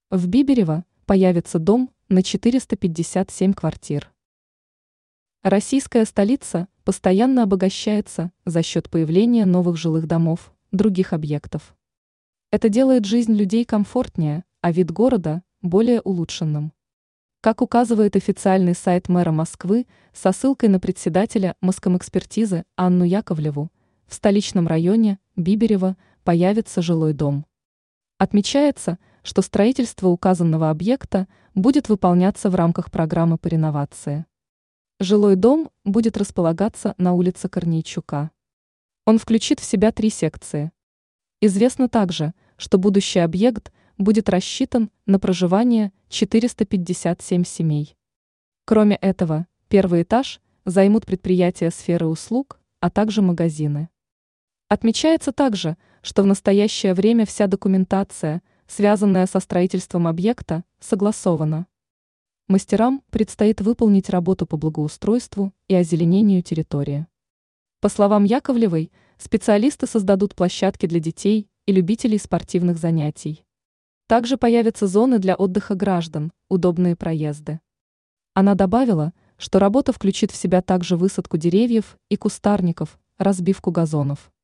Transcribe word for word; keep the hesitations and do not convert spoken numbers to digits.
В Биберево появится дом на четыреста пятьдесят семь квартир. Российская столица постоянно обогащается за счет появления новых жилых домов, других объектов. Это делает жизнь людей комфортнее, а вид города более улучшенным. Как указывает официальный сайт мэра Москвы со ссылкой на председателя Москомэкспертизы Анну Яковлеву, в столичном районе Биберево появится жилой дом. Отмечается, что строительство указанного объекта будет выполняться в рамках программы по реновации. Жилой дом будет располагаться на улице Корнейчука. Он включит в себя три секции. Известно также, что будущий объект будет рассчитан на проживание четыреста пятьдесят семь семей. Кроме этого, первый этаж займут предприятия сферы услуг, а также магазины. Отмечается также, что в настоящее время вся документация, связанная со строительством объекта, согласована. Мастерам предстоит выполнить работу по благоустройству и озеленению территории. По словам Яковлевой, специалисты создадут площадки для детей и любителей спортивных занятий. Также появятся зоны для отдыха граждан, удобные проезды. Она добавила, что работа включит в себя также высадку деревьев и кустарников, разбивку газонов.